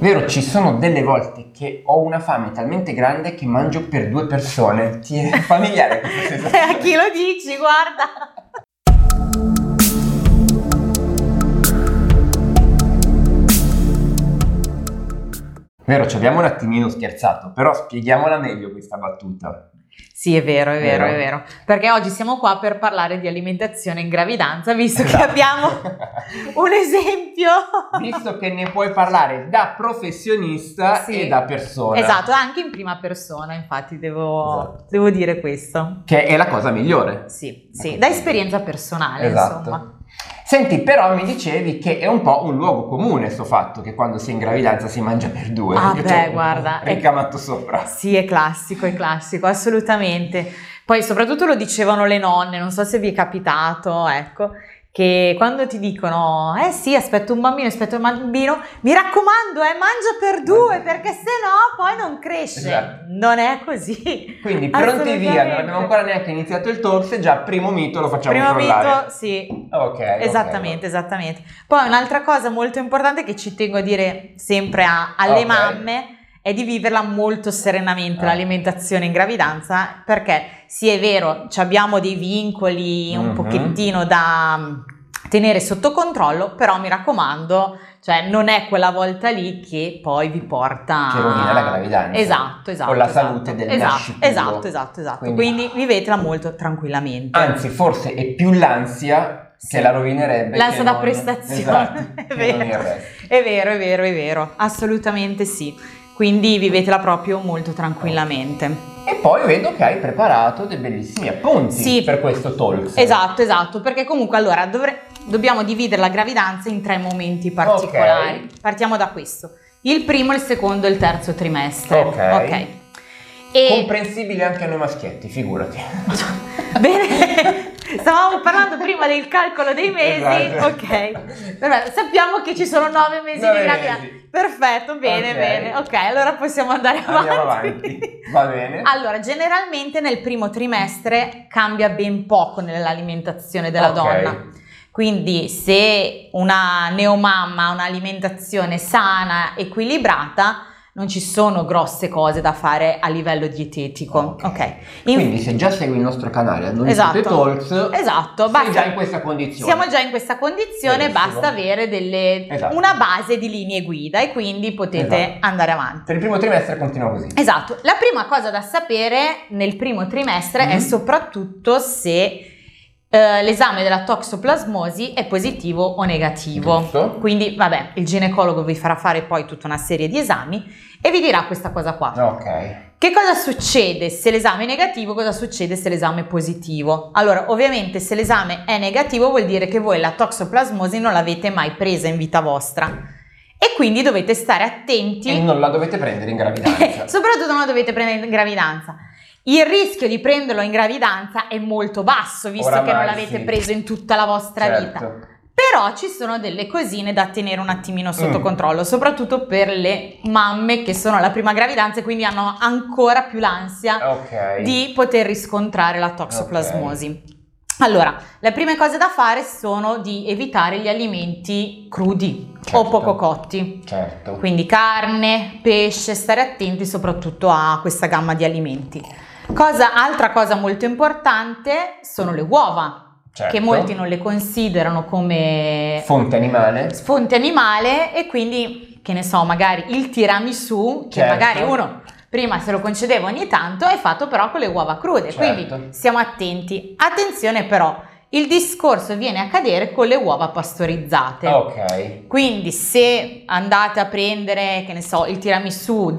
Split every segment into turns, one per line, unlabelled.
Vero, ci sono delle volte che ho una fame talmente grande che mangio per 2 persone. Ti è familiare questa sensazione?
A chi lo dici, guarda.
Vero, ci abbiamo un attimino scherzato, però spieghiamola meglio questa battuta.
Sì, è vero. Perché oggi siamo qua per parlare di alimentazione in gravidanza, visto che abbiamo un esempio.
Visto che ne puoi parlare da professionista e da persona.
Esatto, anche in prima persona, infatti devo dire questo.
Che è la cosa migliore.
Sì, da esperienza personale, insomma.
Senti, però mi dicevi che è un po' un luogo comune sto fatto che quando si è in gravidanza si mangia per 2.
Guarda,
ricamato sopra.
Sì, è classico, assolutamente. Poi soprattutto lo dicevano le nonne, non so se vi è capitato, ecco, che quando ti dicono sì, aspetto un bambino, mi raccomando, mangia per 2 perché se no poi non cresce.
Esatto.
Non è così.
Quindi pronti via, non abbiamo ancora neanche iniziato il talk, già primo mito lo facciamo crollare.
Primo mito, sì.
Ok.
Esattamente. Poi un'altra cosa molto importante che ci tengo a dire sempre alle mamme è di viverla molto serenamente l'alimentazione in gravidanza, perché sì, è vero, abbiamo dei vincoli un pochettino da tenere sotto controllo, però mi raccomando, non è quella volta lì che poi vi porta
che rovina la gravidanza.
Esatto.
Con la salute del nascituro.
Esatto. Quindi vivetela molto tranquillamente.
Anzi, forse è più l'ansia che la rovinerebbe.
L'ansia da prestazione.
Esatto,
è vero, assolutamente sì. Quindi vivetela proprio molto tranquillamente.
E poi vedo che hai preparato dei bellissimi appunti per questo talk.
Esatto, perché comunque allora dobbiamo dividere la gravidanza in 3 momenti particolari. Partiamo da questo. Il primo, il secondo e il terzo trimestre. Ok.
Comprensibile anche a noi maschietti, figurati.
Bene. Stavamo parlando prima del calcolo dei mesi, ok. Perfetto. Sappiamo che ci sono 9 mesi di gravidanza. Perfetto, bene. Ok, allora possiamo andare avanti.
Andiamo avanti, va bene.
Allora, generalmente nel primo trimestre cambia ben poco nell'alimentazione della donna. Quindi se una neomamma ha un'alimentazione sana, equilibrata, non ci sono grosse cose da fare a livello dietetico. Ok.
Quindi se già segui il nostro canale Adonnis Talks, sei già in questa condizione.
Siamo già in questa condizione, basta avere una base di linee guida e quindi potete andare avanti.
Per il primo trimestre continua così.
Esatto. La prima cosa da sapere nel primo trimestre è soprattutto se l'esame della toxoplasmosi è positivo o negativo.
Giusto.
Quindi il ginecologo vi farà fare poi tutta una serie di esami e vi dirà questa cosa qua.
Ok.
Che cosa succede se l'esame è negativo? Cosa succede se l'esame è positivo? Allora, ovviamente se l'esame è negativo vuol dire che voi la toxoplasmosi non l'avete mai presa in vita vostra e quindi dovete stare attenti.
E non la dovete prendere in gravidanza.
Soprattutto non la dovete prendere in gravidanza. Il rischio di prenderlo in gravidanza è molto basso, visto che non l'avete preso in tutta la vostra vita. Però ci sono delle cosine da tenere un attimino sotto controllo, soprattutto per le mamme che sono alla prima gravidanza e quindi hanno ancora più l'ansia di poter riscontrare la toxoplasmosi. Allora, le prime cose da fare sono di evitare gli alimenti crudi o poco cotti. Quindi carne, pesce, stare attenti soprattutto a questa gamma di alimenti. Altra cosa molto importante sono le uova, che molti non le considerano come
fonte animale
e quindi, che ne so, magari il tiramisù, che magari uno prima se lo concedeva ogni tanto, è fatto però con le uova crude, quindi stiamo attenti. Attenzione però, il discorso viene a cadere con le uova pastorizzate. Quindi se andate a prendere, che ne so, il tiramisù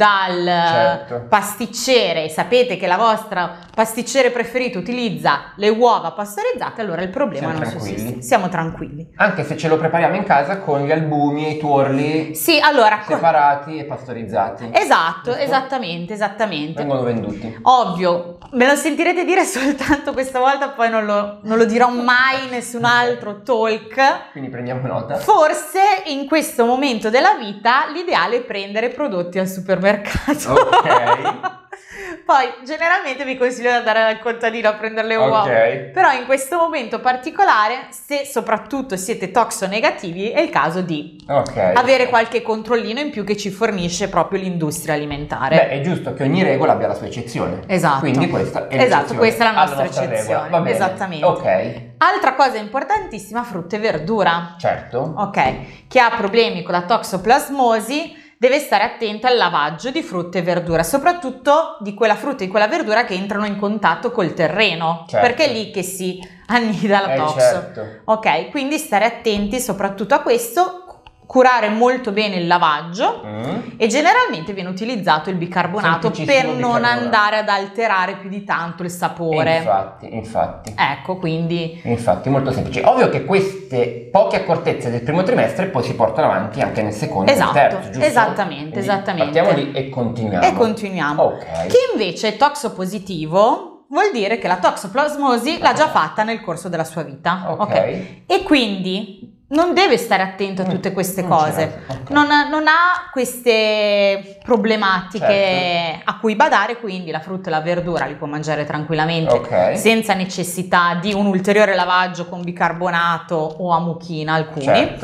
dal pasticcere e sapete che la vostra pasticcere preferito utilizza le uova pastorizzate, allora il problema non sussiste. Siamo tranquilli.
Anche se ce lo prepariamo in casa con gli albumi e i tuorli separati e pastorizzati.
Esatto, esattamente.
Vengono venduti.
Ovvio, me lo sentirete dire soltanto questa volta, poi non lo dirò mai nessun altro talk.
Quindi prendiamo nota.
Forse in questo momento della vita l'ideale è prendere prodotti al supermercato. Poi generalmente vi consiglio di andare dal contadino a prendere le uova, però in questo momento particolare, se soprattutto siete toxonegativi, è il caso di avere qualche controllino in più che ci fornisce proprio l'industria alimentare.
Beh, è giusto che ogni regola abbia la sua eccezione.
Esatto.
Quindi questa è
esatto, questa è la nostra eccezione.
Va bene.
Esattamente.
Ok.
Altra cosa importantissima, frutta e verdura.
Certo.
Ok. Chi ha problemi con la toxoplasmosi deve stare attento al lavaggio di frutta e verdura, soprattutto di quella frutta e di quella verdura che entrano in contatto col terreno, perché è lì che si annida la toxo.
Certo.
Ok, quindi stare attenti soprattutto a questo, curare molto bene il lavaggio e generalmente viene utilizzato il bicarbonato per non andare ad alterare più di tanto il sapore.
Infatti.
Ecco, quindi...
Infatti, molto semplice. Ovvio che queste poche accortezze del primo trimestre poi si portano avanti anche nel secondo e nel terzo, giusto?
Esattamente.
Partiamo lì e continuiamo.
Ok. Chi invece è toxopositivo vuol dire che la toxoplasmosi l'ha già fatta nel corso della sua vita. Ok. E quindi... non deve stare attento a tutte queste cose, non ha queste problematiche a cui badare, quindi la frutta e la verdura li può mangiare tranquillamente senza necessità di un ulteriore lavaggio con bicarbonato o a mucchina alcuni.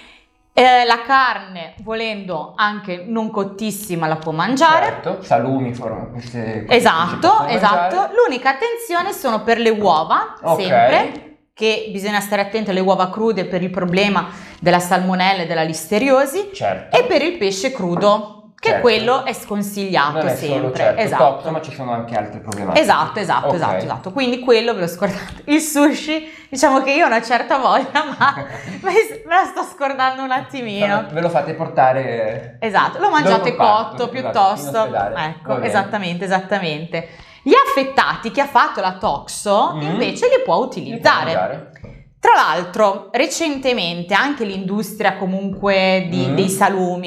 La carne, volendo anche non cottissima, la può mangiare.
Salumi,
esatto. L'unica attenzione sono per le uova, sempre. Che bisogna stare attenti alle uova crude per il problema della salmonella e della listeriosi e per il pesce crudo, che quello è sconsigliato sempre.
Esatto, ma ci sono anche altre problematiche.
Esatto. Quindi quello ve lo scordate. Il sushi, diciamo che io ho una certa voglia, ma me la sto scordando un attimino.
Ve lo fate portare.
Esatto, lo mangiate cotto piuttosto. Ecco, esattamente. Gli affettati, chi ha fatto la toxo, invece li può utilizzare. Tra l'altro, recentemente anche l'industria comunque dei salumi,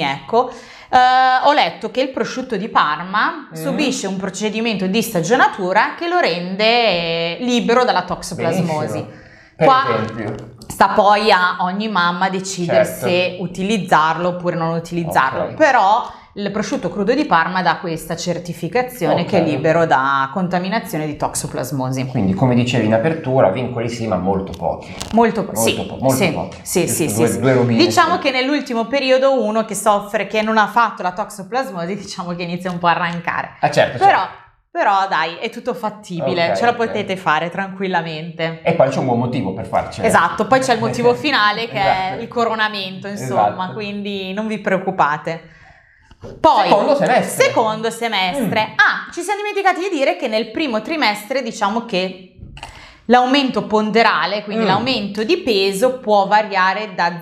ho letto che il prosciutto di Parma subisce un procedimento di stagionatura che lo rende libero dalla toxoplasmosi.
Per esempio.
Sta poi a ogni mamma decidere se utilizzarlo oppure non utilizzarlo, però il prosciutto crudo di Parma dà questa certificazione che è libero da contaminazione di toxoplasmosi.
Quindi, come dicevi in apertura, vincoli sì, ma molto pochi.
Molto pochi.
Due robine.
Diciamo che nell'ultimo periodo uno che soffre, che non ha fatto la toxoplasmosi, diciamo che inizia un po' a arrancare. Però dai, è tutto fattibile, ce la potete fare tranquillamente.
E poi c'è un buon motivo per farcela.
Esatto, poi c'è il motivo finale che è il coronamento, insomma, quindi non vi preoccupate. Poi, secondo semestre. Ci siamo dimenticati di dire che nel primo trimestre diciamo che l'aumento ponderale, quindi l'aumento di peso, può variare da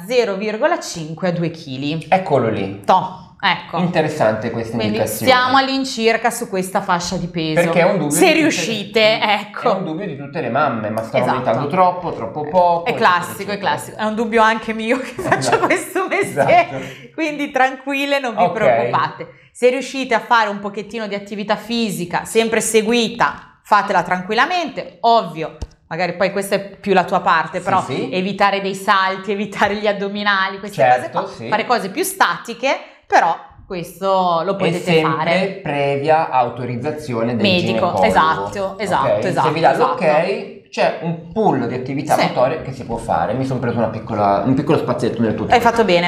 0,5 a 2 kg.
Eccolo lì.
Ecco.
Interessante questa indicazione.
Quindi siamo all'incirca su questa fascia di peso.
Perché è un dubbio.
Se riuscite,
È un dubbio di tutte le mamme, ma stanno aumentando troppo poco.
È classico. È un dubbio anche mio che faccio questo mestiere. Quindi tranquille, non vi preoccupate. Se riuscite a fare un pochettino di attività fisica, sempre seguita, fatela tranquillamente. Ovvio, magari poi questa è più la tua parte, però evitare dei salti, evitare gli addominali, queste cose qua, fare cose più statiche. Però questo lo potete fare
previa autorizzazione del
medico.
ginecologo.
Esatto.
Se vi dà l'ok, c'è un pool di attività motorie che si può fare. Mi sono preso un piccolo spazietto nel tuo
Hai fatto bene,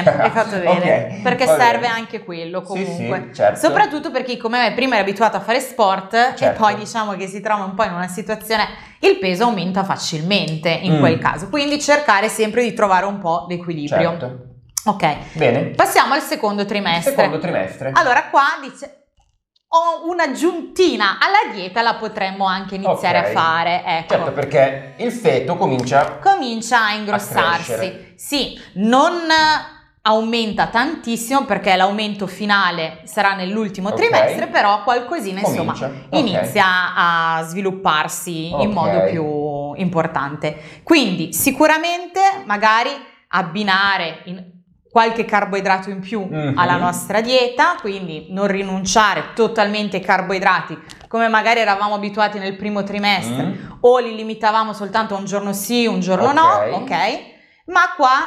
perché serve anche quello comunque. Soprattutto per chi come me prima è abituato a fare sport e poi diciamo che si trova un po' in una situazione, il peso aumenta facilmente in quel caso, quindi cercare sempre di trovare un po' l'equilibrio. Ok,
bene.
Passiamo al secondo trimestre. Allora qua dice, ho un'aggiuntina alla dieta, la potremmo anche iniziare a fare. Ecco.
Certo, perché il feto comincia
a ingrossarsi. Sì, non aumenta tantissimo perché l'aumento finale sarà nell'ultimo trimestre, però qualcosina inizia a svilupparsi in modo più importante. Quindi sicuramente magari abbinare qualche carboidrato in più alla nostra dieta, quindi non rinunciare totalmente ai carboidrati come magari eravamo abituati nel primo trimestre o li limitavamo soltanto a un giorno sì, un giorno no, ma qua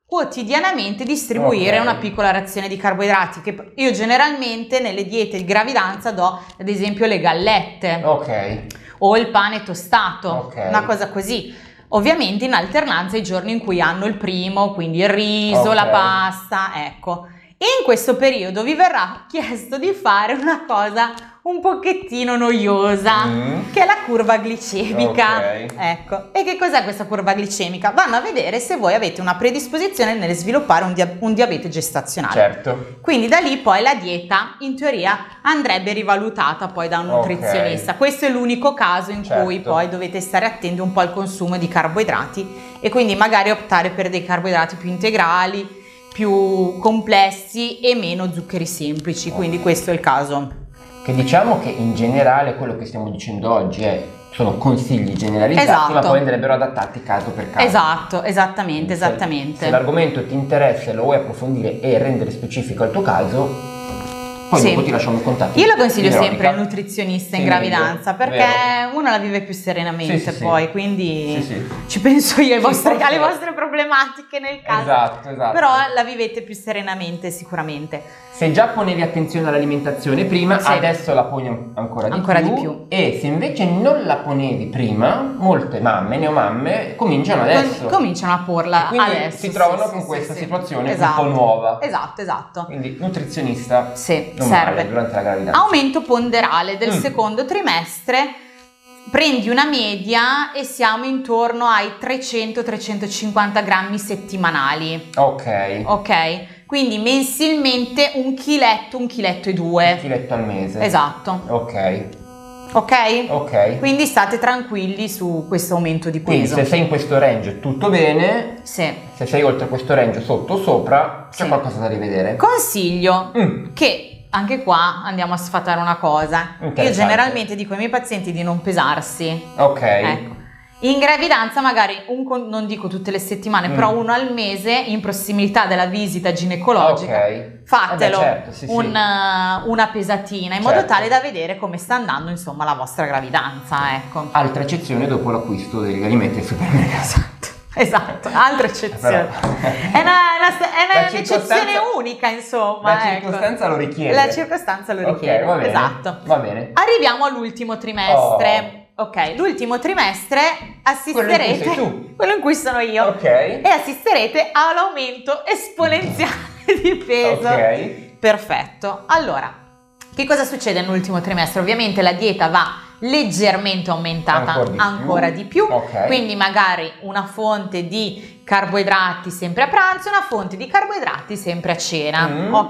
quotidianamente distribuire una piccola razione di carboidrati, che io generalmente nelle diete di gravidanza do ad esempio le gallette o il pane tostato, una cosa così, ovviamente in alternanza ai giorni in cui hanno il primo, quindi il riso, la pasta, ecco. E in questo periodo vi verrà chiesto di fare una cosa un pochettino noiosa, che è la curva glicemica. Ecco. E che cos'è questa curva glicemica? Vanno a vedere se voi avete una predisposizione nel sviluppare un diabete gestazionale.
Certo.
Quindi da lì poi la dieta, in teoria, andrebbe rivalutata poi da un nutrizionista. Questo è l'unico caso in cui poi dovete stare attenti un po' al consumo di carboidrati e quindi magari optare per dei carboidrati più integrali, più complessi e meno zuccheri semplici, quindi questo è il caso.
Che diciamo che in generale quello che stiamo dicendo oggi sono consigli generalizzati, ma poi andrebbero adattati caso per caso.
Esatto, esattamente.
Se l'argomento ti interessa e lo vuoi approfondire e rendere specifico al tuo caso, poi dopo ti lasciamo un contatto.
Io lo consiglio sempre al nutrizionista in gravidanza, perché uno la vive più serenamente poi, quindi ci penso io alle vostre problematiche nel caso.
Esatto.
Però la vivete più serenamente sicuramente.
Se già ponevi attenzione all'alimentazione prima, adesso la poni ancora di più. E se invece non la ponevi prima, molte mamme, neomamme, cominciano adesso.
Cominciano a porla
quindi
adesso.
si trovano con questa situazione un po' nuova.
Esatto.
Quindi nutrizionista non
serve
male durante la gravidanza.
Aumento ponderale del secondo trimestre. Prendi una media e siamo intorno ai 300-350 grammi settimanali. Ok? Quindi mensilmente 1 chiletto, 1,2 kg.
1 chiletto al mese.
Esatto. Ok? Quindi state tranquilli su questo aumento di peso.
Quindi se sei in questo range tutto bene.
Se
sei oltre questo range, sotto o sopra, c'è qualcosa da rivedere.
Consiglio che anche qua andiamo a sfatare una cosa. Io generalmente dico ai miei pazienti di non pesarsi. Ecco. In gravidanza magari, non dico tutte le settimane, però uno al mese in prossimità della visita ginecologica, fatelo una pesatina in modo tale da vedere come sta andando insomma la vostra gravidanza. Ecco.
Altra eccezione dopo l'acquisto degli alimenti al supermercato.
Esatto, altra eccezione. È un'eccezione unica, insomma.
La circostanza lo richiede.
La circostanza lo richiede.
Va bene.
Esatto.
Va bene.
Arriviamo all'ultimo trimestre. Ok, l'ultimo trimestre assisterete. Quello in cui sono io. E assisterete all'aumento esponenziale di peso. Perfetto. Allora, che cosa succede nell'ultimo trimestre? Ovviamente la dieta va leggermente aumentata ancora di più. Quindi magari una fonte di carboidrati sempre a pranzo, una fonte di carboidrati sempre a cena.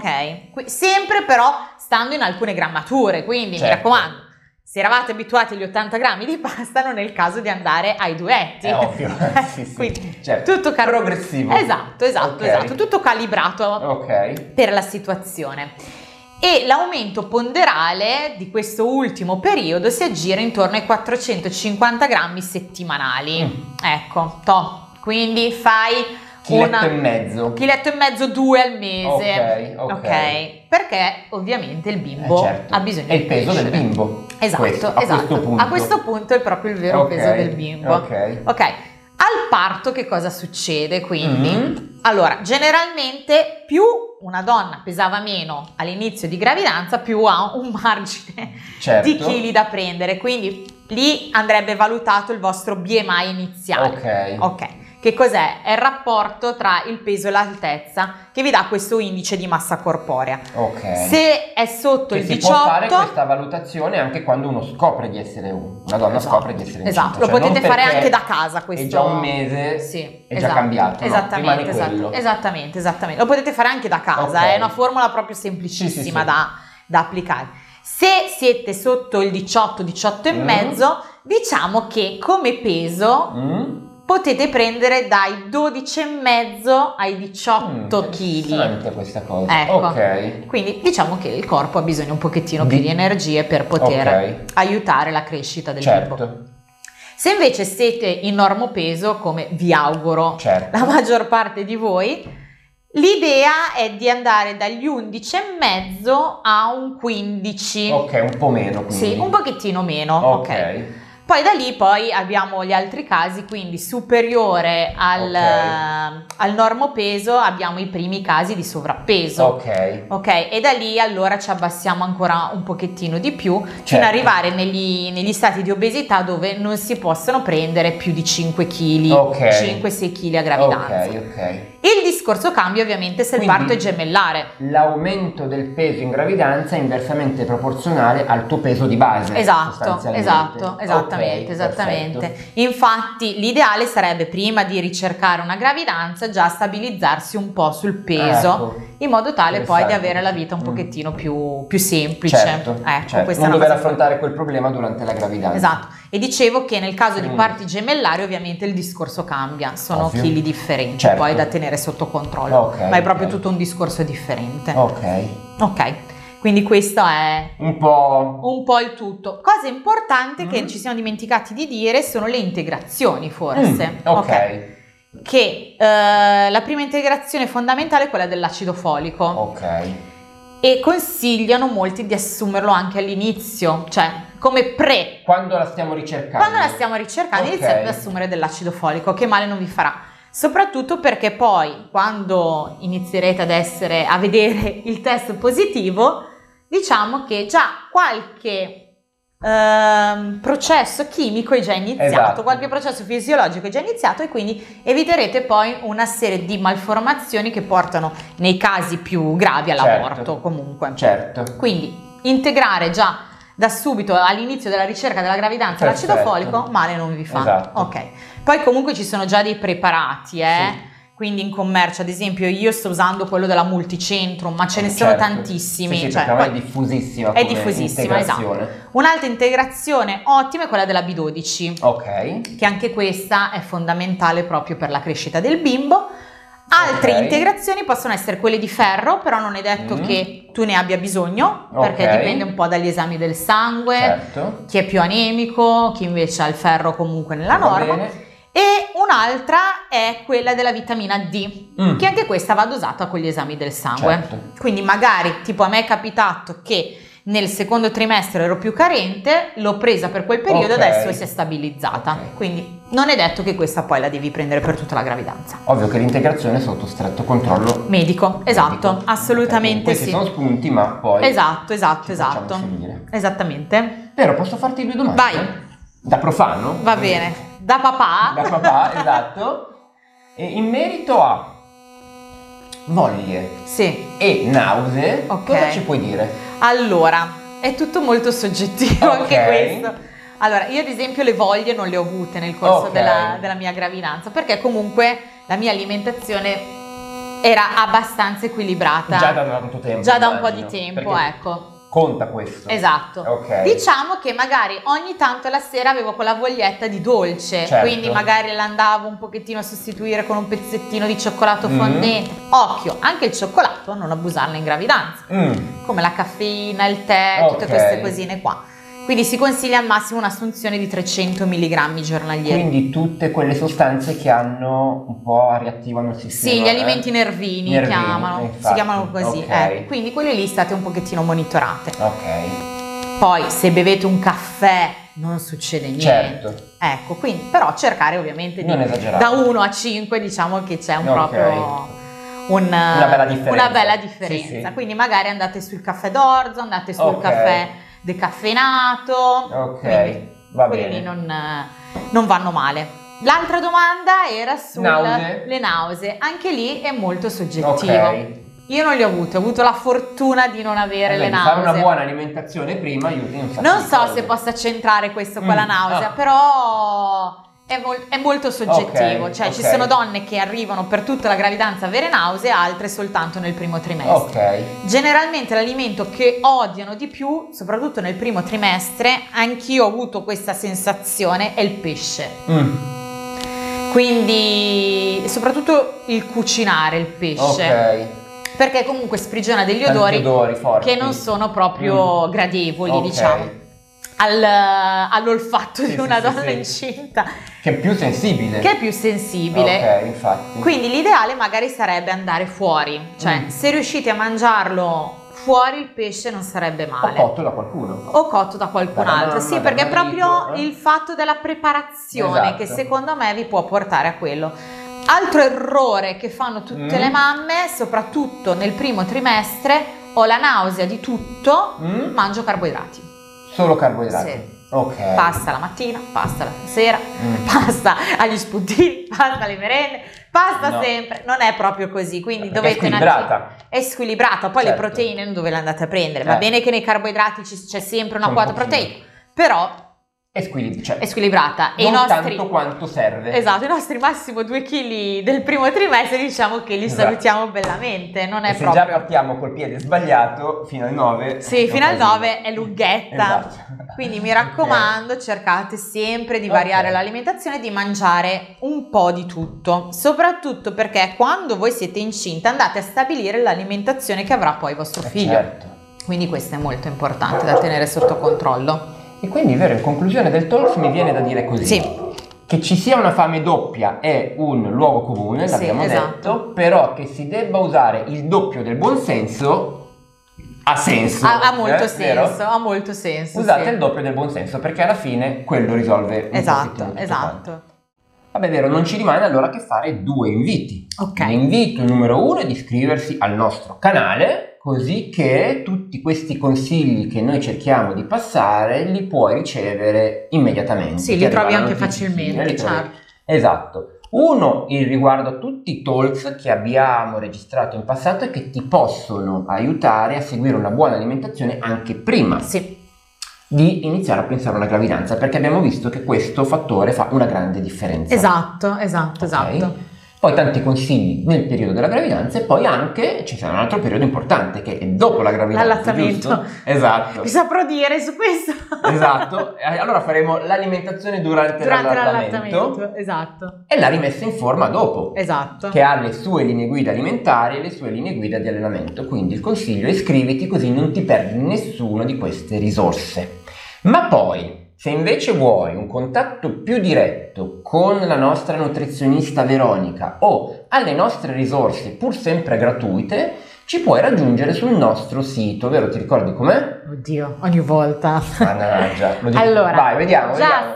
Sempre però stando in alcune grammature, quindi mi raccomando, se eravate abituati agli 80 grammi di pasta non è il caso di andare ai duetti.
È ovvio.
Quindi tutto
progressivo.
Esatto, tutto calibrato per la situazione. E l'aumento ponderale di questo ultimo periodo si aggira intorno ai 450 grammi settimanali. Ecco, quindi fai
chiletto e mezzo,
2 al mese. Perché ovviamente il bimbo ha bisogno di crescere.
È il peso del bimbo.
Esatto. A questo punto è proprio il vero peso del bimbo. Al parto che cosa succede quindi? Allora, generalmente più una donna pesava meno all'inizio di gravidanza, più ha un margine di chili da prendere, quindi lì andrebbe valutato il vostro BMI iniziale. Che cos'è? È il rapporto tra il peso e l'altezza che vi dà questo indice di massa corporea. Se è sotto il 18... Si può fare
questa valutazione anche quando uno scopre di essere una donna scopre di essere incinta.
Esatto, lo potete fare anche da casa questo.
È già un mese, è già cambiato.
Esattamente. Lo potete fare anche da casa, è una formula proprio semplicissima da applicare. Se siete sotto il 18 e mezzo, diciamo che come peso... potete prendere dai 12,5 ai 18 kg.
Interessante questa cosa.
Quindi diciamo che il corpo ha bisogno un pochettino più di energie per poter aiutare la crescita del bimbo. Se invece siete in normopeso, come vi auguro la maggior parte di voi, l'idea è di andare dagli 11,5 a un 15.
Un po' meno quindi.
Sì, un pochettino meno. Poi da lì poi abbiamo gli altri casi, quindi superiore al normopeso abbiamo i primi casi di sovrappeso. Ok, e da lì allora ci abbassiamo ancora un pochettino di più, fino ad arrivare negli stati di obesità dove non si possono prendere più di 5 kg, 5-6 kg a gravidanza. Il discorso cambia ovviamente se il parto è gemellare.
L'aumento del peso in gravidanza è inversamente proporzionale al tuo peso di base.
Esattamente. Infatti l'ideale sarebbe, prima di ricercare una gravidanza, già stabilizzarsi un po' sul peso, in modo tale poi di avere la vita un pochettino più semplice.
Non dover affrontare quel problema durante la gravidanza.
Esatto. E dicevo che nel caso di parti gemellari ovviamente il discorso cambia, sono chili differenti poi da tenere sotto controllo, ma è proprio tutto un discorso differente. Ok. Quindi questo è un po' il tutto. Cosa importante che ci siamo dimenticati di dire sono le integrazioni, forse. Che la prima integrazione fondamentale è quella dell'acido folico. E consigliano molti di assumerlo anche all'inizio, cioè come
quando la stiamo ricercando.
Iniziate ad assumere dell'acido folico, che male non vi farà. Soprattutto perché poi quando inizierete a vedere il test positivo, diciamo che già qualche processo chimico è già iniziato, qualche processo fisiologico è già iniziato, e quindi eviterete poi una serie di malformazioni che portano nei casi più gravi all'aborto comunque. Quindi integrare già da subito all'inizio della ricerca della gravidanza l'acido folico male non vi fa. Poi comunque ci sono già dei preparati, quindi in commercio, ad esempio io sto usando quello della Multicentrum, ma ce ne sono tantissimi.
Poi è diffusissima.
Esatto. Un'altra integrazione ottima è quella della B12, che anche questa è fondamentale proprio per la crescita del bimbo. Altre integrazioni possono essere quelle di ferro, però non è detto che tu ne abbia bisogno, perché dipende un po' dagli esami del sangue, chi è più anemico, chi invece ha il ferro comunque nella norma. E un'altra è quella della vitamina D, che anche questa va dosata con gli esami del sangue. Quindi magari, tipo a me è capitato che nel secondo trimestre ero più carente, l'ho presa per quel periodo, adesso si è stabilizzata. Quindi non è detto che questa poi la devi prendere per tutta la gravidanza.
Ovvio che l'integrazione è sotto stretto controllo
medico. Assolutamente.
Questi sono spunti, ma poi
esatto. Esattamente.
Però posso farti 2 domande?
Vai.
Da profano?
Va bene. Da papà,
esatto. E in merito a voglie e nausee, cosa ci puoi dire?
Allora, è tutto molto soggettivo anche questo. Allora, io ad esempio le voglie non le ho avute nel corso della mia gravidanza, perché comunque la mia alimentazione era abbastanza equilibrata.
Già da tanto tempo.
Già da un po' di tempo, ecco.
Conta questo.
Esatto. Diciamo che magari ogni tanto la sera avevo quella voglietta di dolce, quindi magari l'andavo un pochettino a sostituire con un pezzettino di cioccolato fondente. Occhio, anche il cioccolato non abusarne in gravidanza, come la caffeina, il tè, tutte queste cosine qua. Quindi si consiglia al massimo un'assunzione di 300 mg giornalieri.
Quindi tutte quelle sostanze che hanno un po' riattivano il sistema.
Sì, gli alimenti nervini si chiamano così. Quindi quelle lì state un pochettino monitorate. Poi se bevete un caffè non succede niente. Ecco, quindi però cercare ovviamente di da 1 a 5, diciamo che c'è proprio una bella differenza. Quindi magari andate sul caffè d'orzo, andate sul caffè decaffeinato,
va bene.
Quelli non vanno male. L'altra domanda era sulle nausee. Anche lì è molto soggettivo. Io non le ho avute, ho avuto la fortuna di non avere le nausee.
Fare una buona alimentazione prima aiuta un sacco.
Non so se possa centrare questo con la nausea, però è molto soggettivo. Ci sono donne che arrivano per tutta la gravidanza a avere nausee, altre soltanto nel primo trimestre. Generalmente l'alimento che odiano di più, soprattutto nel primo trimestre, anch'io ho avuto questa sensazione, è il pesce. Quindi soprattutto il cucinare il pesce. Perché comunque sprigiona degli odori
forti,
che non sono proprio gradevoli, diciamo, all'olfatto di una donna incinta.
Che è più sensibile.
Infatti. Quindi l'ideale magari sarebbe andare fuori. Cioè, se riuscite a mangiarlo fuori il pesce non sarebbe male.
O cotto da qualcuno.
O cotto da qualcun altro, sì, perché è proprio il fatto della preparazione che secondo me vi può portare a quello. Altro errore che fanno tutte le mamme, soprattutto nel primo trimestre, ho la nausea di tutto, mangio carboidrati.
Solo carboidrati?
Sì.
Ok.
Pasta la mattina, pasta la sera, pasta agli spuntini, pasta alle merende, pasta sempre. Non è proprio così, quindi dovete è squilibrata. Poi le proteine dove le andate a prendere? Va bene che nei carboidrati c'è sempre una quota proteica, però è squilibrata.
Non tanto quanto serve.
Esatto, i nostri massimo 2 kg del primo trimestre diciamo che li salutiamo bellamente. Non è
se
proprio...
già partiamo col piede sbagliato, fino al 9...
Sì, fino al 9 è lunghetta. Quindi mi raccomando, cercate sempre di variare l'alimentazione e di mangiare un po' di tutto. Soprattutto perché quando voi siete incinta andate a stabilire l'alimentazione che avrà poi vostro figlio.
Certo.
Quindi questo è molto importante da tenere sotto controllo.
E quindi, vero, in conclusione del talk mi viene da dire così.
Sì.
Che ci sia una fame doppia è un luogo comune, l'abbiamo detto, però che si debba usare il doppio del buonsenso ha senso.
Ha molto senso, ha molto senso.
Usate il doppio del buonsenso perché alla fine quello risolve un pochettino tutto quanto. Vabbè, vero, non ci rimane allora che fare 2 inviti. L'invito numero 1 è di iscriversi al nostro canale, così che tutti questi consigli che noi cerchiamo di passare li puoi ricevere immediatamente.
Sì, li trovi anche facilmente, certo.
Esatto. Uno, il riguardo a tutti i talks che abbiamo registrato in passato e che ti possono aiutare a seguire una buona alimentazione anche prima di iniziare a pensare a una gravidanza, perché abbiamo visto che questo fattore fa una grande differenza.
Esatto.
Poi tanti consigli nel periodo della gravidanza e poi anche c'è un altro periodo importante che è dopo la gravidanza.
L'allattamento.
Giusto? Esatto.
Vi saprò dire su questo.
Esatto. Allora faremo l'alimentazione durante l'allattamento.
Esatto.
E la rimessa in forma dopo.
Esatto.
Che ha le sue linee guida alimentari e le sue linee guida di allenamento. Quindi il consiglio è iscriviti così non ti perdi nessuna di queste risorse. Ma poi, se invece vuoi un contatto più diretto con la nostra nutrizionista Veronica o alle nostre risorse pur sempre gratuite, ci puoi raggiungere sul nostro sito, vero? Ti ricordi com'è?
Oddio, ogni volta.
Mannaggia, lo dico.
Allora,
vai, vediamo.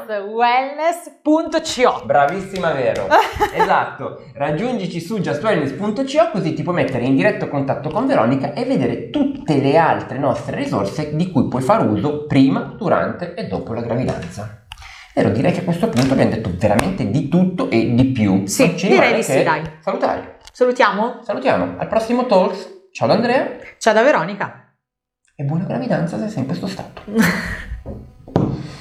justwellness.co.
Bravissima, Vero. Esatto. Raggiungici su justwellness.co così ti puoi mettere in diretto contatto con Veronica e vedere tutte le altre nostre risorse di cui puoi fare uso prima, durante e dopo la gravidanza. Vero, direi che a questo punto abbiamo detto veramente di tutto e di più.
Sì, direi di sì, dai. Salutiamo?
Salutiamo. Al prossimo Talks. Ciao da Andrea.
Ciao da Veronica.
E buona gravidanza se sei in questo stato.